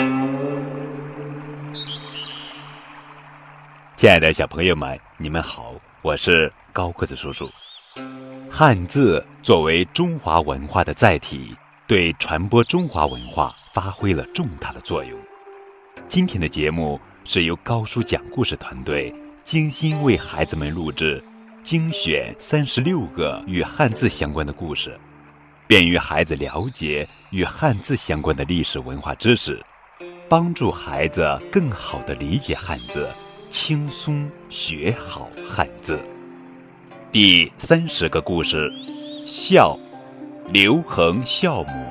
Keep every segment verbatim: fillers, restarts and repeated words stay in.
亲爱的小朋友们，你们好，我是高个子叔叔。汉字作为中华文化的载体，对传播中华文化发挥了重大的作用。今天的节目是由高叔讲故事团队精心为孩子们录制，精选三十六个与汉字相关的故事，便于孩子了解与汉字相关的历史文化知识，帮助孩子更好地理解汉字，轻松学好汉字。第三十个故事，孝，刘恒孝母。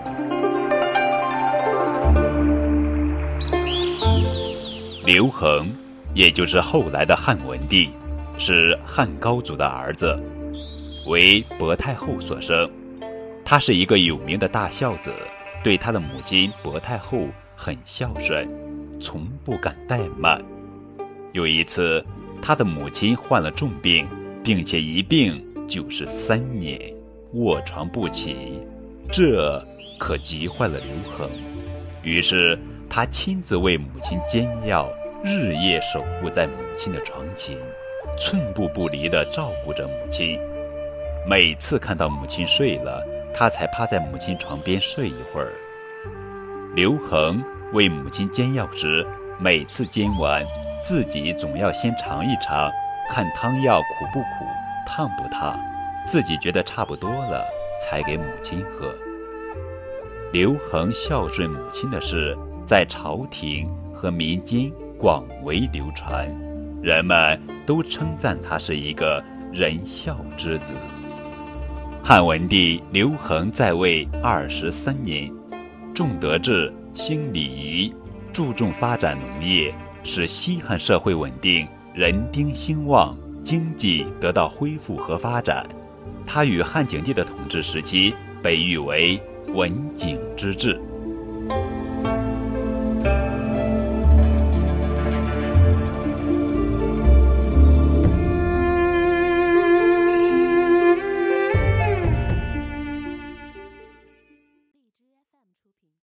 刘恒，也就是后来的汉文帝，是汉高祖的儿子，为薄太后所生。他是一个有名的大孝子，对他的母亲薄太后很孝顺，从不敢怠慢。有一次，他的母亲患了重病，并且一病就是三年，卧床不起，这可急坏了刘恒。于是他亲自为母亲煎药，日夜守护在母亲的床前，寸步不离地照顾着母亲。每次看到母亲睡了，他才趴在母亲床边睡一会儿。刘恒为母亲煎药时，每次煎完，自己总要先尝一尝，看汤药苦不苦，烫不烫，自己觉得差不多了，才给母亲喝。刘恒孝顺母亲的事，在朝廷和民间广为流传，人们都称赞他是一个仁孝之子。汉文帝刘恒在位二十三年，重德治，兴礼仪，注重发展农业，使西汉社会稳定，人丁兴旺，经济得到恢复和发展。他与汉景帝的统治时期被誉为文景之治。